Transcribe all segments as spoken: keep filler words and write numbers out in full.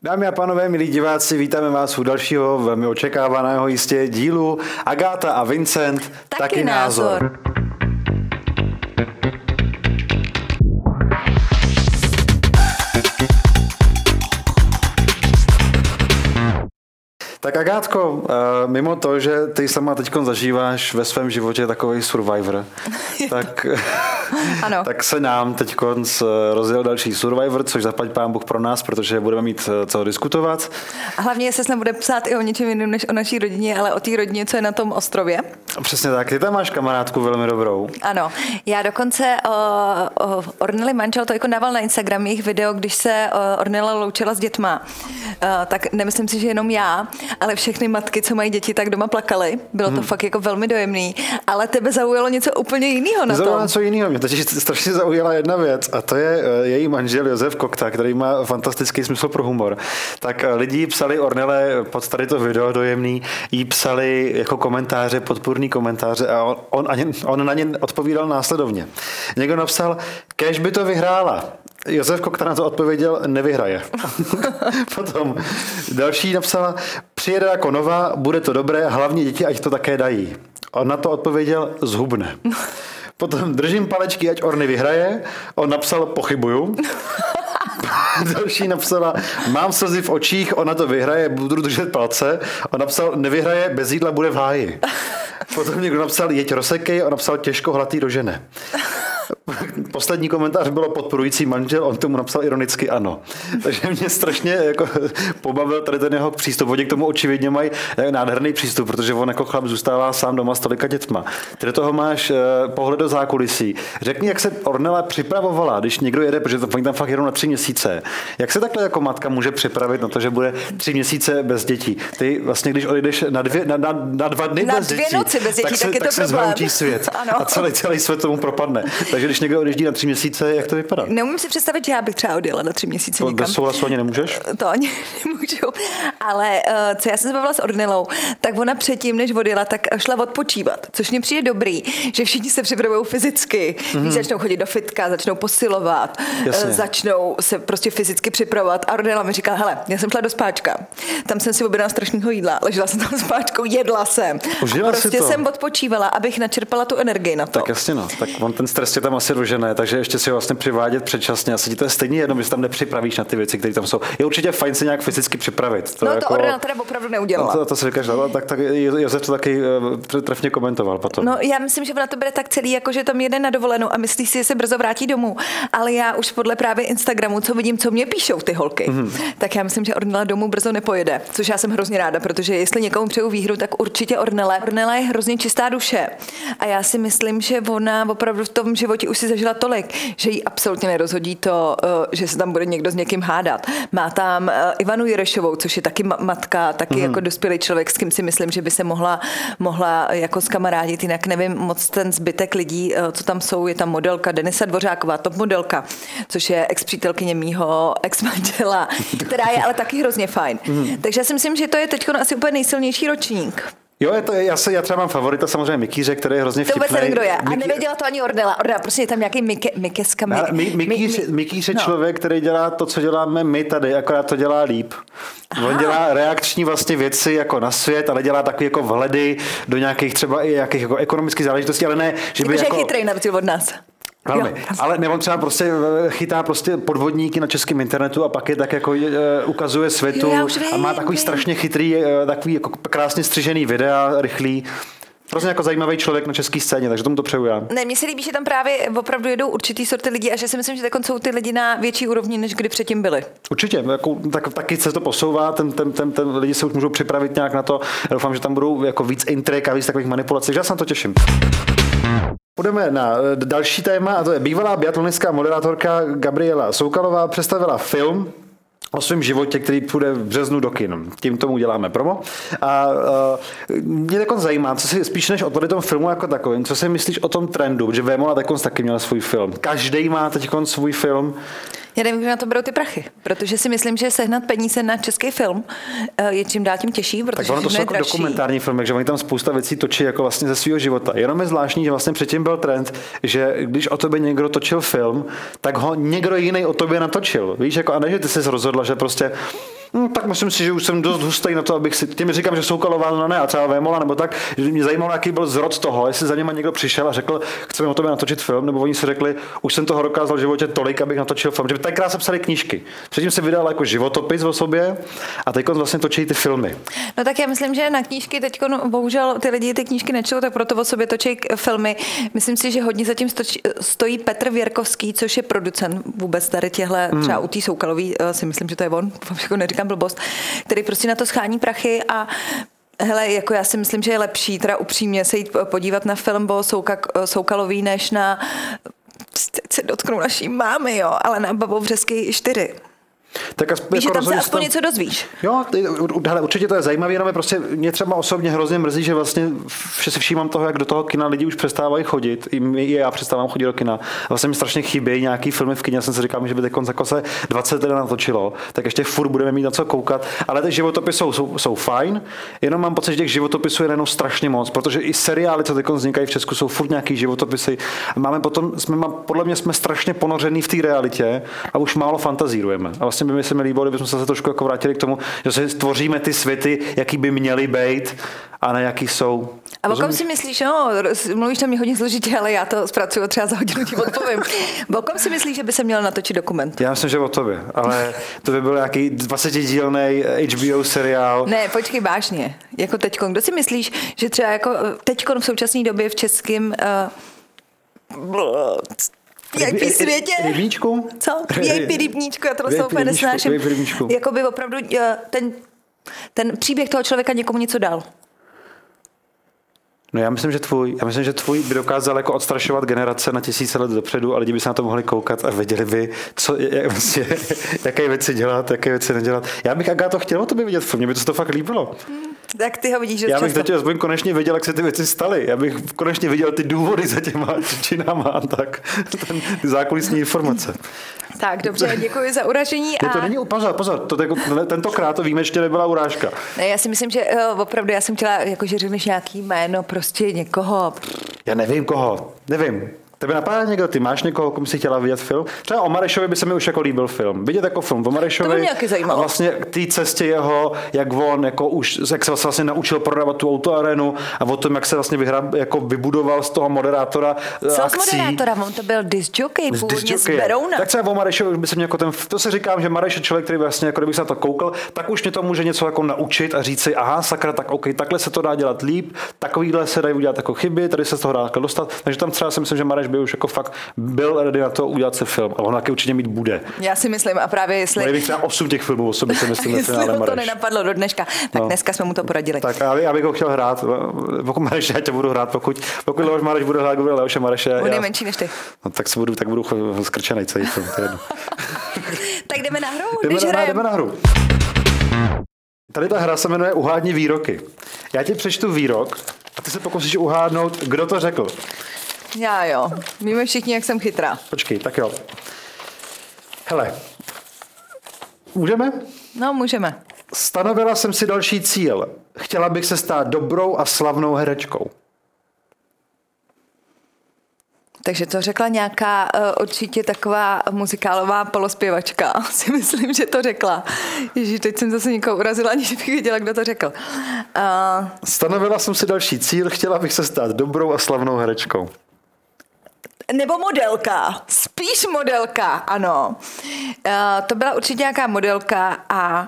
Dámy a pánové, milí diváci, vítáme vás u dalšího velmi očekávaného jistě dílu Agáta a Vincent, taky, taky názor. názor. Tak Agátko, mimo to, že ty sama teď zažíváš ve svém životě takový Survivor, tak, ano. tak se nám teď rozjel další Survivor, což zaplať pán Bůh pro nás, protože budeme mít co diskutovat. A hlavně se nebude psát i o něčem jiném než o naší rodině, ale o té rodině, co je na tom ostrově. Přesně tak, ty tam máš kamarádku velmi dobrou. Ano, já dokonce o, o Ornely manžel to jako dával na Instagram jejich video, když se Ornela loučila s dětma. O, tak nemyslím si, že jenom já, ale všechny matky, co mají děti, tak doma plakaly. Bylo to hmm. fakt jako velmi dojemný, ale tebe zaujalo něco úplně jiného na tom. Zaujalo něco jiného. Mě teď strašně zaujala jedna věc a to je její manžel Josef Kokta, který má fantastický smysl pro humor. Tak lidi psali Ornele pod tady to video dojemný, jí psali jako komentáře, podpůrný komentáře a on, on, on na ně odpovídal následovně. Někdo napsal, kéž by to vyhrála. Josef Kokta na to odpověděl, nevyhraje. Potom další napsala, přijede jako nová, bude to dobré, hlavně děti, ať to také dají. On na to odpověděl, zhubne. Potom držím palečky, ať Orny vyhraje. On napsal, pochybuju. Další napsala, mám slzy v očích, ona to vyhraje, budu držet palce. On napsal, nevyhraje, bez jídla bude v háji. Potom někdo napsal, jeď rozsekej, on napsal, těžko hlatý dožene. Poslední komentář bylo podporující manžel, on tomu napsal ironicky ano. Takže mě strašně jako pobavil tady ten jeho přístup. Oni k tomu očividně mají nádherný přístup, protože on jako chlap zůstává sám doma s tolika dětma. Ty do toho máš pohled do zákulisí. Řekni, jak se Ornela připravovala, když někdo jede, protože to, oni tam fakt jedou na tři měsíce. Jak se takhle jako matka může připravit na to, že bude tři měsíce bez dětí? Ty vlastně, když odejdeš na, dvě, na, na, na dva dny na bez dvě dětí, noci bez dětí, tak se, tak je tak to se zhroutí svět. Ano. A celý, celý svět tomu propadne. Takže když někdo odjíždí na tři měsíce, jak to vypadá? Neumím si představit, že já bych třeba odjela na tři měsíce to někam. Bez souhlasu ani nemůžeš? To ani nemůžu. Ale uh, co já jsem se bavila s Ornelou, tak ona předtím, než odjela, tak šla odpočívat. Což mně přijde dobrý, že všichni se připravují fyzicky. Mm. Začnou chodit do fitka, začnou posilovat, uh, začnou se prostě fyzicky připravovat. A Ornela mi říkala, hele, já jsem šla do spáčka. Tam jsem si objednala strašného jídla, ležela jsem tam spáčkou, jedla jsem. Užila prostě jsem odpočívala, abych načerpala tu energii na to. Tak jasně no, tak on ten stres tě tam asi dožene, takže ještě si ho vlastně přivádět předčasně. Asi ti to je stejně jedno, že tam nepřipravíš na ty věci, které tam jsou. Je určitě fajn se nějak fyzicky připravit. To no jako, to Ornella teda opravdu neudělala. To, to si říkáš, no, tak, tak Josef to taky trefně komentoval potom. No já myslím, že ona to bude tak celý, jako že tam jede na dovolenou a myslí si, že se brzo vrátí domů. Ale já už podle právě Instagramu, co vidím, co mě píšou ty holky, mm-hmm. tak já myslím, že Ornella domů brzo nepojede. Což já jsem hrozně ráda, protože jestli někomu přeju výhru, tak určitě Ornella. Ornella je hrozně čistá duše. A já si myslím, že ona opravdu v tom životě už si zažila tolik, že jí absolutně nerozhodí to, že se tam bude někdo s někým hádat. Má tam Ivanu Jirešovou, což je taky matka, taky mm. jako dospělý člověk, s kým si myslím, že by se mohla, mohla jako zkamarádit, jinak nevím moc ten zbytek lidí, co tam jsou. Je tam modelka Denisa Dvořáková, top modelka, což je ex-přítelkyně mýho ex-manžela, která je ale taky hrozně fajn. Mm. Takže já si myslím, že to je teď asi úplně nejsilnější ročník. Jo, je to, já, se, já třeba mám favorita samozřejmě Mikýře, který je hrozně vtipný. To vůbec nevím, kdo je. A Miký... nevěděla to ani Ornella. Ornella, prostě je tam nějaký Mike, Mikeska. Mi, my, Mikýř, mi, Mikýř je no. člověk, který dělá to, co děláme my tady, akorát to dělá líp. Aha. On dělá reakční vlastně věci jako na svět, ale dělá takový jako vhledy do nějakých třeba i nějakých jako ekonomických záležitostí, ale ne, že by jako... jako... chytrej na rozdíl od nás. Velmi. Jo, ale nebo třeba prostě chytá prostě podvodníky na českém internetu a pak je tak jako uh, ukazuje světu jo, a má takový vím. strašně chytrý, uh, takový jako krásně střižený videa, rychlý. Prostě jako zajímavý člověk na české scéně, takže tomu to přeju já. Ne, mně se líbí, že tam právě opravdu jedou určitý sorty lidí a že si myslím, že tak jsou ty lidi na větší úrovni, než kdy předtím byli. Určitě, jako, tak, taky se to posouvá, ten, ten, ten, ten lidi se už můžou připravit nějak na to. Já doufám, že tam budou jako víc intrik a víc takových manipulací, takže já se na to těším. Půjdeme na další téma a to je bývalá biatlonistka moderátorka Gabriela Soukalová představila film o svém životě, který půjde v březnu do kin. Tím tomu děláme promo. A uh, mě takon zajímá, co si spíš než o tom filmu jako takovým, co si myslíš o tom trendu, že Vémola takon taky měla svůj film. Každý má teď svůj film. Já nevím, kde na to berou ty prachy, protože si myslím, že sehnat peníze na český film je čím dál tím těžší, protože tak ono to jsou jako dokumentární filmy, že oni tam spousta věcí točí jako vlastně ze svého života. Jenom je zvláštní, že vlastně předtím byl trend, že když o tobě někdo točil film, tak ho někdo jiný o tobě natočil. Víš, jako a ne, že ty jsi rozhodla, že prostě No, tak myslím si, že už jsem dost hustý na to, abych si, tím říkám, že Soukalová, no ne, a třeba Vémola, nebo tak, že mě zajímalo, jaký byl zrod toho, jestli za něma někdo přišel a řekl, chceme o tobě natočit film, nebo oni si řekli, už jsem toho dokázal v životě tolik, abych natočil film. Že tenkrát se psali knížky. Předtím se vydal jako životopis o sobě a teď vlastně točí ty filmy. No tak já myslím, že na knížky teď bohužel ty lidi ty knížky nečtou, tak proto o sobě točí filmy. Myslím si, že hodně zatím stojí Petr Věrkovský, což je producent vůbec tady těhle, hmm. třeba u té Soukalový, si myslím, že to je on, jako neříkám blbost, který prostě na to schání prachy a hele, jako já si myslím, že je lepší teda upřímně se jít podívat na film o Souka, Soukalový, než na teď se dotknou naší mámy, jo, ale na Babou Březky čtyři. Tak aspoň, Víš, jako že tam se aspoň tam... něco dozvíš. Jo, ty, hele, určitě to je zajímavé, jenom je prostě mě třeba osobně hrozně mrzí, že vlastně že si všímám toho, jak do toho kina lidi už přestávají chodit. I, my, i já přestávám chodit do kina. A vlastně mi strašně chybějí nějaký filmy v kině. Já jsem si říkal, že by teď jako se dvacet let natočilo, tak ještě furt budeme mít na co koukat. Ale ty životopisy jsou, jsou, jsou fajn, jenom mám pocit, že těch životopisů je jenom strašně moc, protože i seriály, co teď vznikají v Česku, jsou furt nějaký životopisy. Máme potom, jsme, podle mě jsme strašně ponoření v té realitě a už málo fantazírujeme. A vlastně by mi se mi líbilo, kdybychom se trošku jako vrátili k tomu, že si stvoříme ty světy, jaký by měly být a na jaký jsou. A o kom si myslíš, no, mluvíš to mě hodně složitě, ale já to zpracuju třeba za hodinu, ti odpovím. O kom si myslíš, že by se měl natočit dokument? Já myslím, že o tobě, ale to by byl nějaký dvacetidílný H B O seriál. Ne, počkej, vážně. Jako teďkon. Kdo si myslíš, že třeba jako teďkon v současné době v českém uh, V I P světě. Rybníčku? Co? V I P rybníčku, já to slovo úplně nesnáším. Jakoby opravdu ten, ten příběh toho člověka někomu něco dal. No já myslím, že tvůj, já myslím, že tvůj by dokázal jako odstrašovat generace na tisíce let dopředu a lidi by se na to mohli koukat a věděli by, co, jak, vlastně, jaké věci dělat, jaké věci nedělat. Já bych Agáto chtěl o tobě vidět film, mě by to, to fakt líbilo. Hmm, tak ty ho vidíš, že já bych teď aspoň konečně viděl, jak se ty věci staly. Já bych konečně viděl ty důvody za těma činama a tak, ten, ty zákulisní informace. Tak, dobře, děkuji za uražení. A... To není, pozor, pozor, to jako, tentokrát to výjimečně nebyla urážka. Ne, já si myslím, že uh, opravdu, já jsem chtěla, jako, že řekneš nějaký jméno, prostě někoho. Já nevím koho, nevím. Tebe napadá někdo, ty máš někoho, komu si chtěla vidět film? Třeba o Marešovi by se mi už jako líbil film. Vidět jako film o Marešovi. To by mě nějaký zajímalo. A vlastně té cestě jeho, jak on, jako už, jak se vlastně naučil prodávat tu autoarénu a o tom, jak se vlastně vyhra, jako vybudoval z toho moderátora Co akcí. Co z moderátora? On to byl disc jockey, původně z Berouna. Tak třeba o Marešovi by se mě jako ten, to se říkám, že Mareš je člověk, který vlastně, jako kdybych se na to koukal, tak už mě to může něco jako naučit a říct si, aha, sakra, tak OK, takhle se to dá dělat líp, takovýhle se dají udělat jako chyby, tady se z toho dá dostat. Takže tam třeba si myslím, že Mareš by už jako fakt byl ready na to udělat si film. A on taky určitě mít bude. Já si myslím a právě jestli... Měli bych třeba osm těch filmů o sobě, si myslím, jestli mu to nenapadlo do dneška, tak no. Dneska jsme mu to poradili. Tak a já bych ho chtěl hrát. Pokud Mareš, já tě budu hrát. Pokud, pokud Leoš Mareš bude hrát, bude Leoše Mareše. On je menší než ty. No, tak se budu, tak budu skrčenej celý film. Tak jdeme na hru. Jdeme, na, jdeme na hru. Tady ta hra se jmenuje Uhádni výroky. Já ti přečtu výrok a ty se pokusíš uhádnout, kdo to řekl. Já jo, víme všichni, jak jsem chytrá. Počkej, tak jo. Hele, můžeme? No, můžeme. Stanovila jsem si další cíl. Chtěla bych se stát dobrou a slavnou herečkou. Takže to řekla nějaká uh, určitě taková muzikálová polospěvačka. Si myslím, že to řekla. Ježíš, teď jsem zase někoho urazila, aniž bych věděla, kdo to řekl. Uh... Stanovila jsem si další cíl. Chtěla bych se stát dobrou a slavnou herečkou. Nebo modelka. Spíš modelka, ano. Uh, to byla určitě nějaká modelka a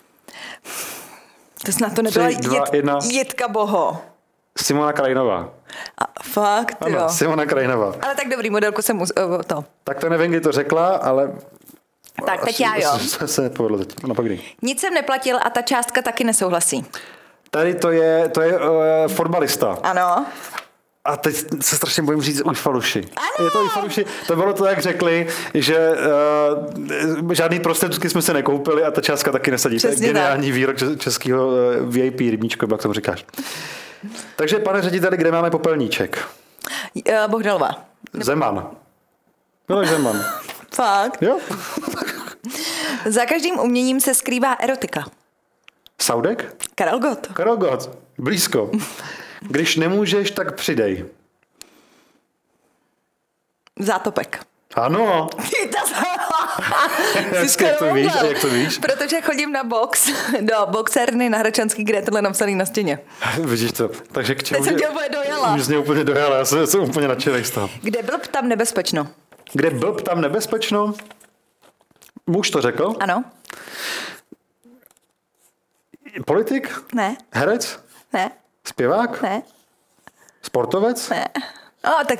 to snad to nebyla Tři, dva, Jit, Jitka Boho. Simona Krajinová. A fakt, ano, jo. Simona Krajinová. Ale tak dobrý, modelku jsem uh, to. Tak to nevím, kdy to řekla, ale... Tak, teď já jo. Se, se nepovedlo teď. No, pak kdy. Nic jsem neplatil a ta částka taky nesouhlasí. Tady to je, to je uh, fotbalista. Ano. A teď se strašně bojím říct Ujfaluši. Je to Ujfaluši. To bylo to, jak řekli, že uh, žádný prostředky jsme se nekoupili a ta částka taky nesadí. To je geniální výrok českého uh, V I P rybníčku, jak tomu říkáš. Takže, pane řediteli, kde máme popelníček? Uh, Bohdalová. Zeman. Miloš Zeman. Fakt? Jo. Za každým uměním se skrývá erotika. Saudek? Karel Gott. Karel Gott. Blízko. Když nemůžeš, tak přidej. Zátopek. Ano. Jak to víš? A jak to víš? Protože chodím na box, do boxerny na Hradčanský, kde je tohle napsaný na stěně. Vidíš to. Takže k čemu? Teď jsem tě úplně dojela. Už mě úplně dojela, já jsem, jsem úplně nadšenej z toho. Kde byl tam nebezpečno? Kde byl tam nebezpečno? Muž to řekl? Ano. Politik? Ne. Herec? Ne. Zpěvák? Ne. Sportovec? Ne. No, tak...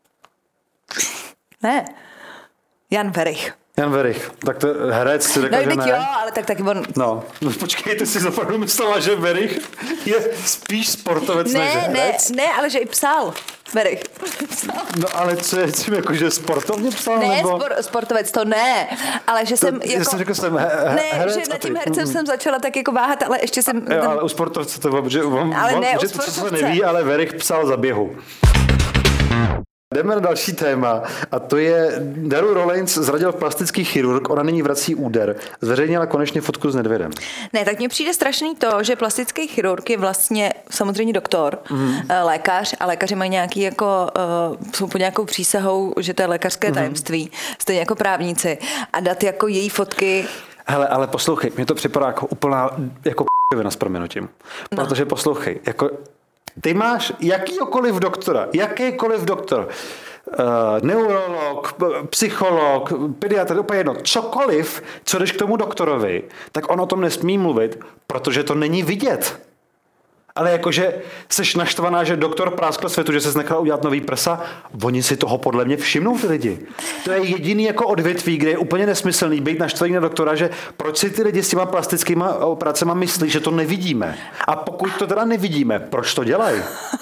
Ne. Jan Werich. Jan Werich. Tak to herec si řekl, No, že ne. jo, ale tak taky on... No, no počkej, ty si opravdu myslela, že Werich je spíš sportovec ne, než herec? Ne, ne, ale že i psal. Werich. Psal. No ale co je tím, jako, že sportovně psal? Ne, nebo? spor, sportovec to ne, ale že jsem To, jako... Já jsem řekl, že jsem he, he, ne, herec. že nad tím hercem jsem začala tak jako váhat, ale ještě jsem... Jo, ale u sportovce to že on, Ale on, ne, že u to, co se sportovce. neví, ale Werich psal za běhu. Jdeme na další téma a to je Daru Rollins zradil plastický chirurg, ona nyní vrací úder. Zveřejnila konečně fotku s Nedvědem. Ne, tak mně přijde strašný to, že plastický chirurg je vlastně samozřejmě doktor, mm. lékař a lékaři mají nějaký jako, uh, jsou pod nějakou přísahou, že to je lékařské mm. tajemství, stejně jako právníci a dát jako její fotky. Hele, ale poslouchej, mě to připadá jako úplná jako p***vina s prominutím. Protože no. poslouchej, jako ty máš jakýkoliv doktora, jakýkoliv doktor, uh, neurolog, psycholog, pediatr, úplně jedno, cokoliv, co jdeš k tomu doktorovi, tak on o tom nesmí mluvit, protože to není vidět. Ale jakože seš naštvaná, že doktor práskl světu, že ses nechal udělat nový prsa, oni si toho podle mě všimnou ty lidi. To je jediný jako odvětví, kde je úplně nesmyslný být naštvaný na doktora, že proč si ty lidi s těma plastickýma operacema myslí, že to nevidíme. A pokud to teda nevidíme, proč to dělají?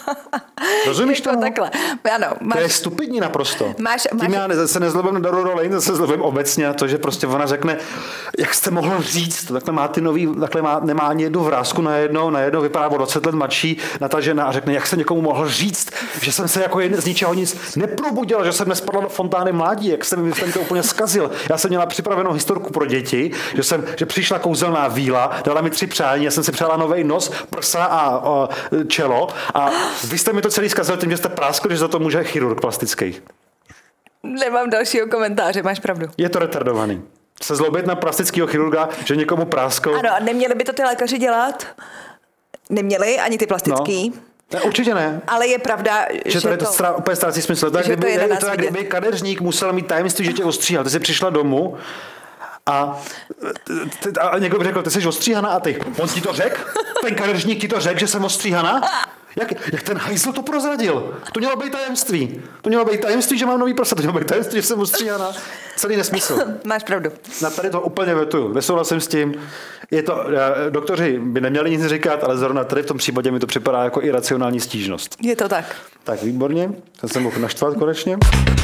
Rozumíš to? Takhle. Ano, máš... To je stupidní naprosto. Máš, máš... Tím já ne, se nezlobím na Daru Rollins, se zlobím obecně na to, že prostě ona řekne, jak jste mohl říct, takhle má ty nový, takhle má, nemá ani jednu vrásku na jedno, na jedno vypadá o dvacet let mladší, natažená a řekne, jak jsem někomu mohl říct, že jsem se jako jen z ničeho nic neprobudil, že jsem nespadla do fontány mládí, jak jsem mi to úplně zkazil. Já jsem měla připravenou historku pro děti, že jsem, že přišla kouzelná víla, dala mi tři přání, já jsem si přála nový nos, prsa a, a čelo a vy jste mi to celý zkazil tím, že jste práskli, že za to může chirurg plastický. Nemám dalšího komentáře, máš pravdu. Je to retardovaný. Se zlobit na plastického chirurga, že někomu práskl. Ano, a neměli by to ty lékaři dělat? Neměli, ani ty plastický. No. Ne, určitě ne. Ale je pravda, že, že to, to... Strá, úplně ztrácí smysl. To je, že kdyby, to je, je to je, kdyby kadeřník musel mít tajemství, že tě ostříhal. Ty jsi přišla domů a, a někdo by řekl, ty jsi ostříhaná a ty. On ti to řekl? Ten kadeřník ti to řekl, že jsem ostříhaná? Jak, jak ten hajzl to prozradil? To mělo být tajemství. To mělo být tajemství, že mám nový prsa. To mělo být tajemství, že jsem ostříhaná. Celý nesmysl. Máš pravdu. Na tady to úplně vetuju. Nesouhlasím s tím. Je to, doktoři by neměli nic říkat, ale zrovna tady v tom případě mi to připadá jako iracionální stížnost. Je to tak. Tak výborně. Já jsem mohl naštvat konečně.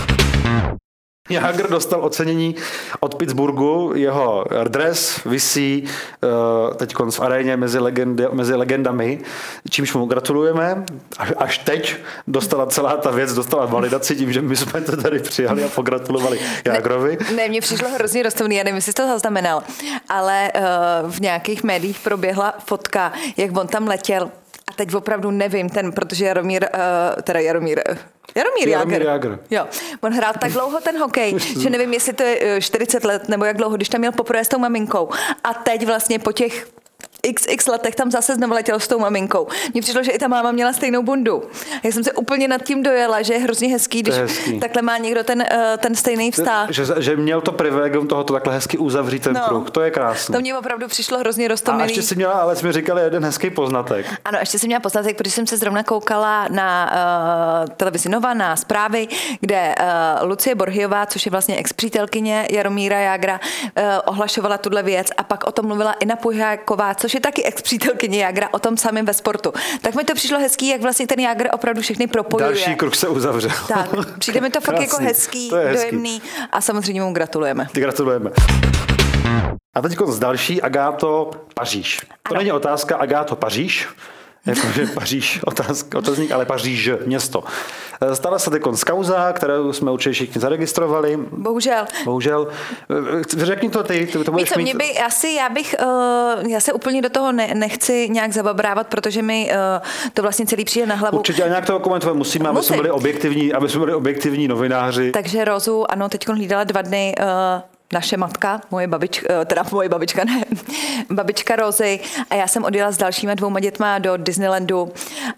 Jágr dostal ocenění od Pittsburghu, jeho dres visí uh, teď v aréně mezi, legendy, mezi legendami, čímž mu gratulujeme. Až, až teď dostala celá ta věc, dostala validaci tím, že my jsme to tady přijali a pogratulovali Jágrovi. Ne, ne, mně přišlo hrozně roztomný, já nevím, jestli jsi to zaznamenal, ale uh, v nějakých médiích proběhla fotka, jak on tam letěl. A teď opravdu nevím, ten, protože Jaromír, uh, teda Jaromír, uh, Jaromír, Jaromír Jágr. Jágr. Jo, on hrál tak dlouho ten hokej, že nevím, jestli to je čtyřicet let, nebo jak dlouho, když tam měl poprvé s tou maminkou. A teď vlastně po těch x x letech tam zase znovu letěl s tou maminkou. Mně přišlo, že i ta máma měla stejnou bundu. Já jsem se úplně nad tím dojela, že je hrozně hezký, když hezký. Takhle má někdo ten, ten stejný vztah. Že, že měl to privilegium tohoto takhle hezky uzavřít ten no, kruh. To je krásné. To mě opravdu přišlo hrozně roztomilý. A ještě si měla, ale jsme říkali jeden hezký poznatek. Ano, ještě jsem měla poznatek, protože jsem se zrovna koukala na uh, televizi Nova, na zprávy, kde uh, Lucie Borhiová, což je vlastně ex-přítelkyně Jaromíra Jágra, uh, ohlašovala tuhle věc a pak o tom mluvila Ina Puháková, což je taky ex-přítelkyně Jágra, o tom samém ve sportu. Tak mi to přišlo hezký, jak vlastně ten Jágr opravdu všechny propojuje. Další kruh se uzavřel. Tak, přijde mi to fakt jako hezký, hezký, dojemný a samozřejmě mu gratulujeme. Ty gratulujeme. A teď z další Agáto Paříž. To ano. Není otázka Agáto Paříž, jakože Paříž, otázka, otázník, ale Paříž, město. Stala se teď kauza, kterou jsme určitě všichni zaregistrovali. Bohužel. Bohužel. Řekni to ty, ty to budeš co, mít. Mě by, asi já bych, uh, já se úplně do toho ne, nechci nějak zababrávat, protože mi uh, to vlastně celý přijde na hlavu. Určitě, a nějak to komentovat musíme, aby jsme byli objektivní, aby jsme byli objektivní novináři. Takže Rozu, ano, teď hlídala dva dny uh, naše matka, moje babička, teda moje babička, ne, babička Rózy a já jsem odjela s dalšíma dvouma dětma do Disneylandu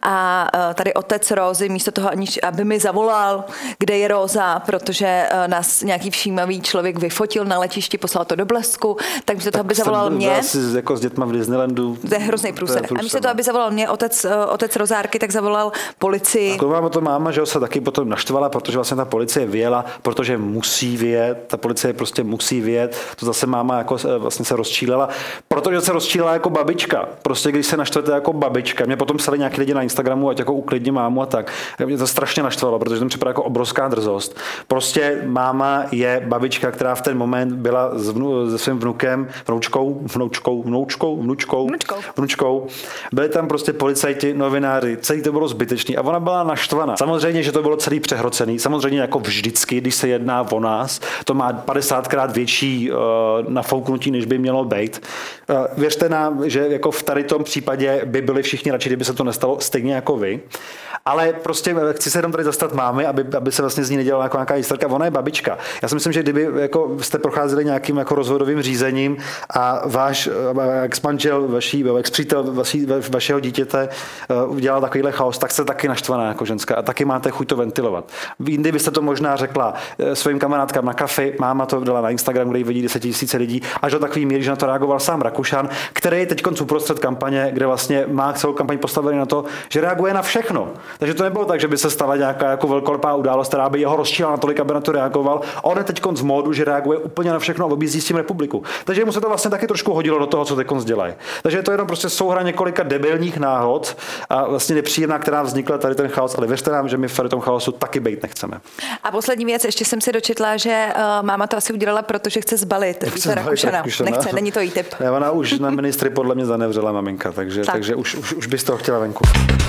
a tady otec Rózy místo toho, aniž aby mi zavolal, kde je Róza, protože nás nějaký všímavý člověk vyfotil na letišti, poslal to do Blesku, tak místo toho, aby zavolal mě. Asi jako s dětma v Disneylandu. To je hrozný průser. A místo toho, aby zavolal mě otec, otec Rozárky, tak zavolal policii. A vám to máma, že se taky potom naštvala, protože vlastně ta policie vyjela, protože musí vyjet, ta policie prostě musí vyjet, to zase máma jako vlastně se rozčílela, protože se rozčílela jako babička. Prostě když se naštvete jako babička, mě potom psali nějaký lidi na Instagramu, ať jako uklidni mámu a tak. Mě to strašně naštvalo, protože to mi připadá jako obrovská drzost. Prostě máma je babička, která v ten moment byla s vnu, se svým vnukem, vnoučkou, vnoučkou, vnoučkou, vnučkou, vnučkou. vnučkou. Byli tam prostě policajti, novináři, celý to bylo zbytečný a ona byla naštvaná. Samozřejmě, že to bylo celý přehrocený. Samozřejmě jako vždycky, když se jedná o nás, to má padesátkrát větší uh, nafouknutí, než by mělo být. Uh, věřte nám, že jako v tady tom případě by byli všichni radši, kdyby se to nestalo stejně jako vy. Ale prostě chci se jenom tady zastat mámy, aby, aby se vlastně z ní nedělala jako nějaká historka. Ona je babička. Já si myslím, že kdyby jako jste procházeli nějakým jako rozvodovým řízením a váš ex-manžel, vaší, ex-přítel vaší, vašeho dítěte udělal takovýhle chaos, tak jste taky naštvaná jako ženská a taky máte chuť to ventilovat. Jindy byste to možná řekla svým kamarádkám na kafi, máma to dala na Instagram, kde ji vidí deset tisíc lidí, až do takový míry, že na to reagoval sám Rakušan, který je teď uprostřed kampaně, kde vlastně má celou kampaň postavený na to, že reaguje na všechno. Takže to nebylo tak, že by se stala nějaká jako velkolepá událost, která by jeho rozčílala natolik, aby na to reagoval. On je teď v módu, že reaguje úplně na všechno a objízdí s tím republiku. Takže mu se to vlastně taky trošku hodilo do toho, co teď dělají. Takže je to jenom prostě souhra několika debilních náhod a vlastně nepříjemná, která vznikla tady ten chaos, ale věřte nám, že my v tady tom chaosu taky být nechceme. A poslední věc, ještě jsem si dočetla, že uh, máma to asi udělala, protože chce zbalit Víta Rakušana. Rakušana. Nechce, není to jí typ. Ne, ona už na ministry podle mě zanevřela maminka, takže, tak. takže už, už, už bys toho chtěla venku.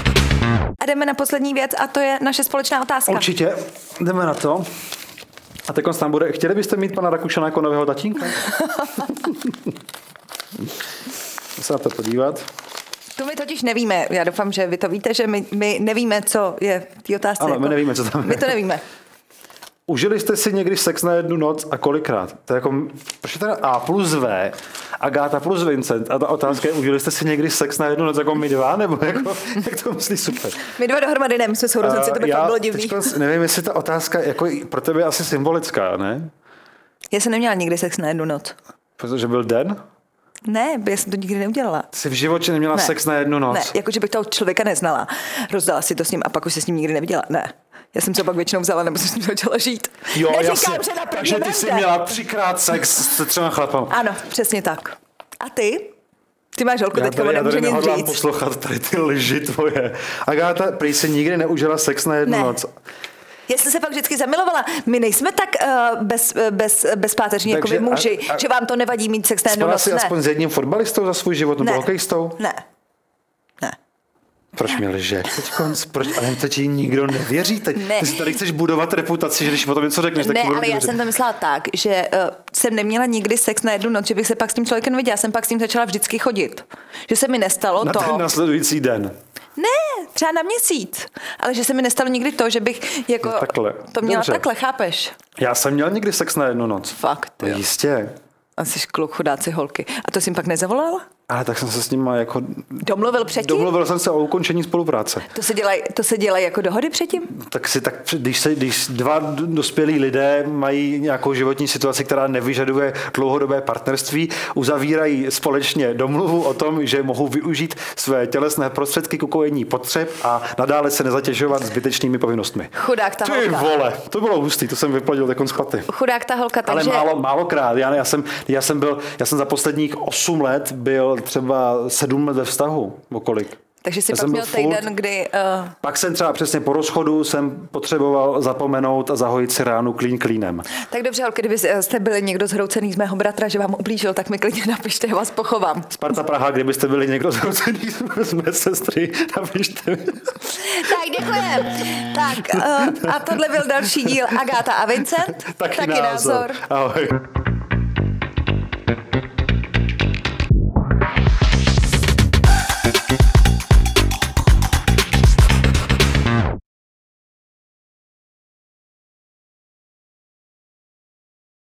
A jdeme na poslední věc a to je naše společná otázka. Určitě, jdeme na to. A teď tam bude, chtěli byste mít pana Rakušana jako nového tatínka? Se na to podívat. To my totiž nevíme. Já doufám, že vy to víte, že my, my nevíme, co je v té otázce. Ano, jako... my nevíme, co tam je. My to nevíme. Užili jste si někdy sex na jednu noc a kolikrát? To je jako, proč je teda A plus V, Agáta plus Vincent a ta otázka je, užili jste si někdy sex na jednu noc jako my dva, nebo jako, jak to myslí super? My dva dohromady ne, my jsme sourozenci, to by já, to bylo divný. Nevím, jestli ta otázka jako pro tebe je asi symbolická, ne? Já jsem neměla nikdy sex na jednu noc. Protože byl den? Ne, já jsem to nikdy neudělala. Jsi v životě neměla ne. sex na jednu noc? Ne, jakože bych toho člověka neznala. Rozdala si to s ním a pak už se s ním nikdy neviděla. Ne. Já jsem se pak většinou vzala, nebo jsem s ním začala žít. Jo, Neříkám, jasně. že na Takže ty jsi měla třikrát sex se třema chlapama. Ano, přesně tak. A ty? Ty máš holku, já teďka on nemůže nic říct. Poslouchat tady ty lži tvoje. Agáta, prý si nikdy neužila sex na jednu ne. noc. Já jsem se pak vždycky zamilovala. My nejsme tak uh, bez, bez, bezpáteřní jako vy muži, a, a, že vám to nevadí mít sex na jednu noc. Spala jsi aspoň s jedním fotbalistou za svůj život, nebo hokejistou? Ne. Ne. Proč mi lže? Teďkonc, proč? Ale to ti nikdo nevěří. Teď, ne. Ty si tady chceš budovat reputaci, že když potom něco řekneš, tak ne, ale já věřit. Jsem to myslela tak, že uh, jsem neměla nikdy sex na jednu noc, že bych se pak s tím člověkem viděla. Jsem pak s tím začala vždycky chodit. Že se mi nestalo na to. Na ten následující den. Ne, třeba na měsíc. Ale že se mi nestalo nikdy to, že bych jako no, takhle. to měla Dobře. Takhle, chápeš? Já jsem měl někdy sex na jednu noc. Fakt, jo. Jistě. A jsi kluk, chudáci holky. A to jsi jim pak nezavolal? Ale tak jsem se s ním jako... Domluvil předtím? Domluvil jsem se o ukončení spolupráce. To se dělají to se dělaj jako dohody předtím? Tak si tak, když, se, když dva dospělí lidé mají nějakou životní situaci, která nevyžaduje dlouhodobé partnerství, uzavírají společně domluvu o tom, že mohou využít své tělesné prostředky k ukojení potřeb a nadále se nezatěžovat zbytečnými povinnostmi. Chudák ta Ty holka. vole, to bylo hustý, to jsem vyplodil takon z paty. Chudák ta holka, takže... Ale málo, málokrát. Já, já, jsem, já, jsem byl, já jsem za posledních osm let byl třeba sedm let ve vztahu, o kolik. Takže jsi já pak měl týden, kdy... Uh... Pak jsem třeba přesně po rozchodu jsem potřeboval zapomenout a zahojit si ránu klín klínem. Tak dobře, holky, kdyby jste byli někdo zhroucený z mého bratra, že vám ublížil, tak mi klidně napište, já vás pochovám. Sparta Praha, kdybyste byli někdo zhroucený z mé sestry, napište mi. Tak děkujem. Tak uh, a tohle byl další díl Agáta a Vincent. Taky, Taky názor. názor. Ahoj.